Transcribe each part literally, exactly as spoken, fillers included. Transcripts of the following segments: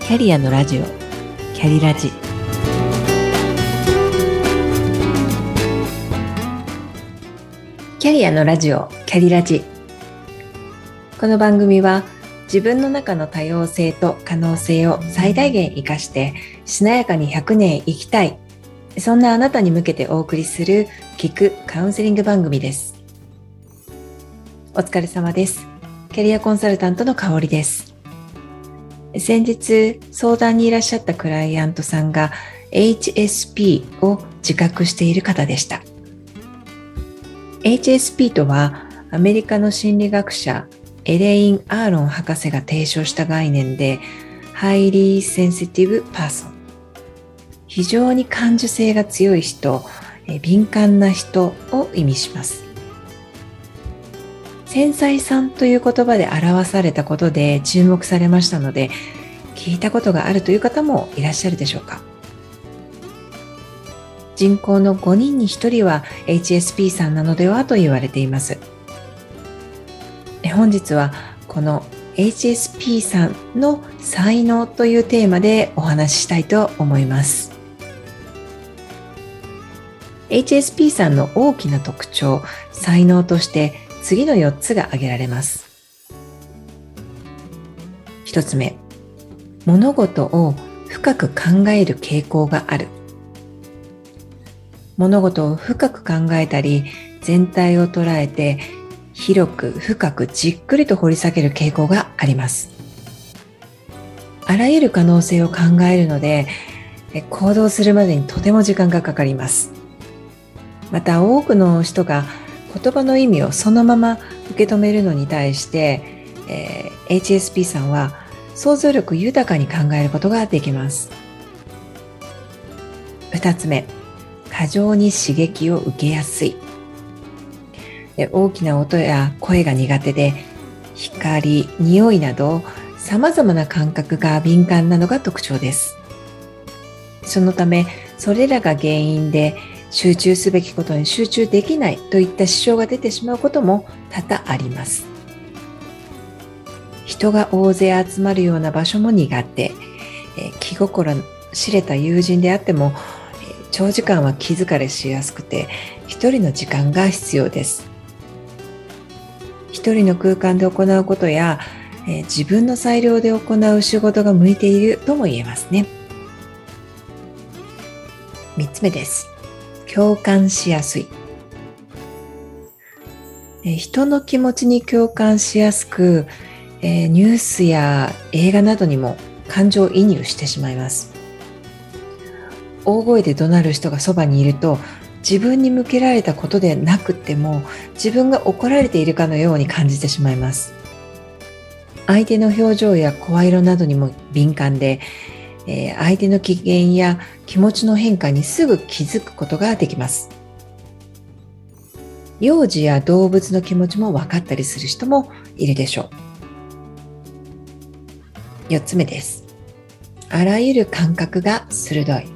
キャリアのラジオ、キャリラジ。キャリアのラジオ、キャリラジ。この番組は自分の中の多様性と可能性を最大限生かしてしなやかにひゃくねん生きたい、そんなあなたに向けてお送りする聞くカウンセリング番組です。お疲れ様です。キャリアコンサルタントの香里です。先日相談にいらっしゃったクライアントさんが エイチエスピー を自覚している方でした。 エイチエスピー とはアメリカの心理学者エレイン・アーロン博士が提唱した概念で、ハイリーセンシティブパーソン、非常に感受性が強い人、敏感な人を意味します。繊細さんという言葉で表されたことで注目されましたので、聞いたことがあるという方もいらっしゃるでしょうか。人口のごにんにひとりは エイチエスピー さんなのではと言われています。本日はこの エイチエスピー さんの才能というテーマでお話ししたいと思います。エイチエスピー さんの大きな特徴、才能として次のよっつが挙げられます。ひとつめ、物事を深く考える傾向がある。物事を深く考えたり、全体を捉えて広く深くじっくりと掘り下げる傾向があります。あらゆる可能性を考えるので、行動するまでにとても時間がかかります。また多くの人が言葉の意味をそのまま受け止めるのに対して、えー、エイチエスピー さんは想像力豊かに考えることができます。ふたつめ、過剰に刺激を受けやすい。大きな音や声が苦手で、光、匂いなど様々な感覚が敏感なのが特徴です。そのため、それらが原因で集中すべきことに集中できないといった支障が出てしまうことも多々あります。人が大勢集まるような場所も苦手、え気心知れた友人であっても、長時間は気疲れしやすくて、一人の時間が必要です。一人の空間で行うことや、え自分の裁量で行う仕事が向いているとも言えますね。三つ目です。共感しやすい。え人の気持ちに共感しやすく、えー、ニュースや映画などにも感情移入してしまいます。大声で怒鳴る人がそばにいると、自分に向けられたことでなくても自分が怒られているかのように感じてしまいます。相手の表情や声色などにも敏感で、えー、相手の機嫌や気持ちの変化にすぐ気づくことができます。幼児や動物の気持ちも分かったりする人もいるでしょう。よっつめです。あらゆる感覚が鋭い。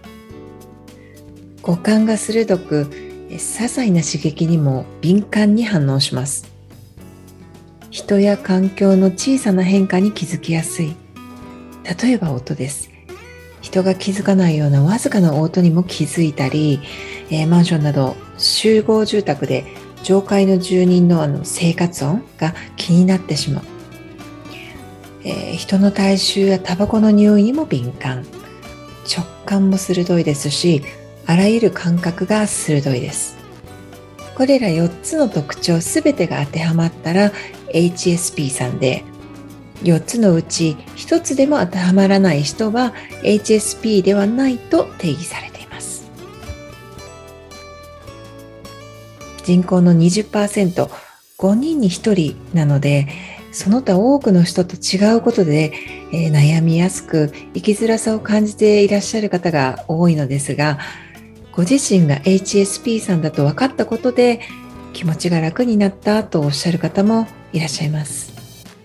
五感が鋭く、些細な刺激にも敏感に反応します。人や環境の小さな変化に気づきやすい。例えば音です。人が気づかないようなわずかな音にも気づいたり、えー、マンションなど集合住宅で上階の住人のあの生活音が気になってしまう。えー、人の体臭やタバコの匂いにも敏感。直感も鋭いですし、あらゆる感覚が鋭いです。これらよっつの特徴すべてが当てはまったら エイチエスピー さんで、よっつのうちひとつでも当てはまらない人は エイチエスピー ではないと定義されています。人口の にじゅっパーセント、ごにんにひとりなので、その他多くの人と違うことで、えー、悩みやすく生きづらさを感じていらっしゃる方が多いのですが、ご自身が エイチエスピー さんだと分かったことで気持ちが楽になったとおっしゃる方もいらっしゃいます。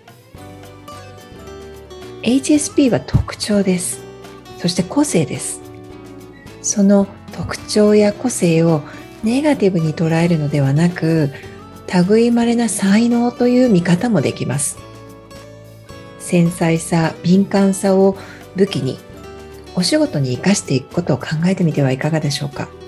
エイチエスピー は特徴です。そして個性です。その特徴や個性をネガティブに捉えるのではなく、類まれな才能という見方もできます。繊細さ、敏感さを武器にお仕事に生かしていくことを考えてみてはいかがでしょうか。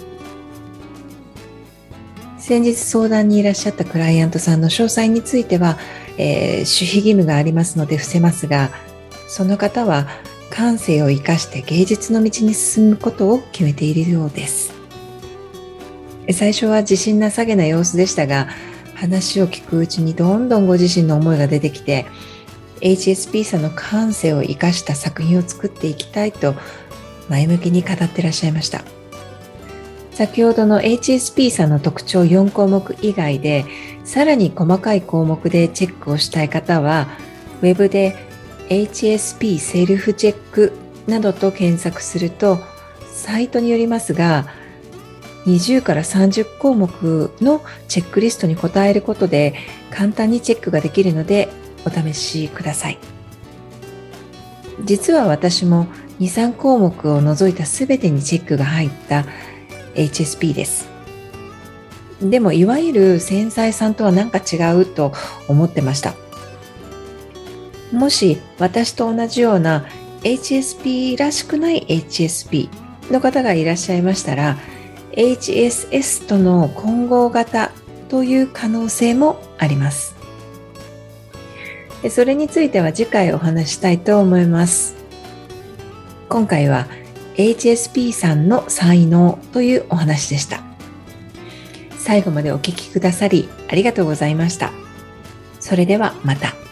先日相談にいらっしゃったクライアントさんの詳細については、えー、守秘義務がありますので伏せますが、その方は感性を生かして芸術の道に進むことを決めているようです。最初は自信なさげな様子でしたが、話を聞くうちにどんどんご自身の思いが出てきて、エイチエスピー さんの感性を生かした作品を作っていきたいと前向きに語っていらっしゃいました。先ほどの エイチエスピー さんの特徴よんこうもく以外で、さらに細かい項目でチェックをしたい方は、ウェブで エイチエスピー セルフチェックなどと検索すると、サイトによりますが、にじゅうからさんじゅっこうもくのチェックリストに答えることで簡単にチェックができるのでお試しください。実は私もにさんこうもくを除いたすべてにチェックが入った エイチエスピー です。でもいわゆる繊細さんとは何か違うと思ってました。もし私と同じような エイチエスピー らしくない エイチエスピー の方がいらっしゃいましたら、エイチエスエス との混合型という可能性もあります。それについては次回お話したいと思います。今回は エイチエスピー さんの才能というお話でした。最後までお聞きくださりありがとうございました。それではまた。